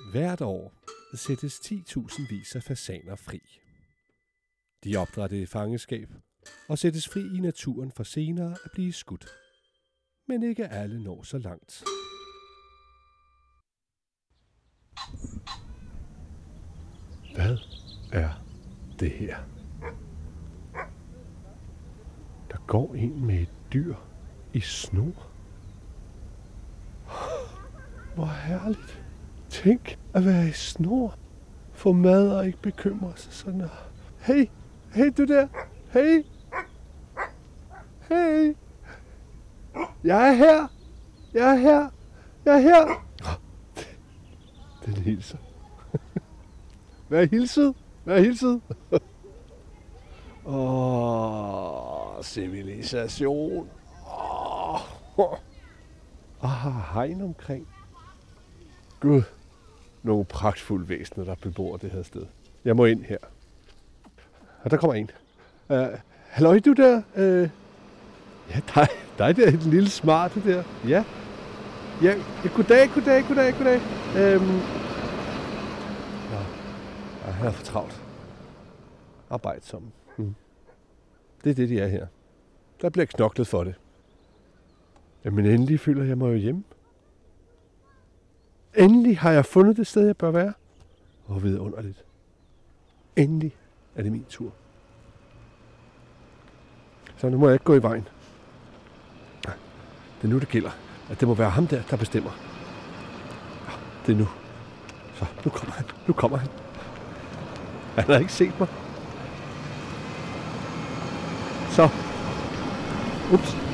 Hvert år sættes 10.000 vis af fasaner fri. De er opdrættet i fangeskab og sættes fri i naturen for senere at blive skudt. Men ikke alle når så langt. Hvad er det her? Der går en med et dyr i snor. Hvor herligt. Tænk at være i snor. Få mad og ikke bekymre sig sådan. Hey, du der. Hey. Hey. Jeg er her. Den hilser. Vær hilset. Civilisation. Hegn omkring. Gud, nogle pragtfulde væsener, der bebor det her sted. Jeg må ind her. Og der kommer en. Halløj, du der. Ja, dig der, den lille smarte der. Ja, goddag. Han er for travlt. Arbejdsom. Det er det, de er her. Der bliver knoklet for det. Jamen endelig føler jeg mig jo hjemme. Endelig har jeg fundet det sted, jeg bør være. Vidunderligt. Endelig er det min tur. Så nu må jeg ikke gå i vejen. Det er nu, det gælder. At det må være ham der bestemmer. Ja, det er nu. Så, nu kommer han. Han har ikke set mig. Så. Ups.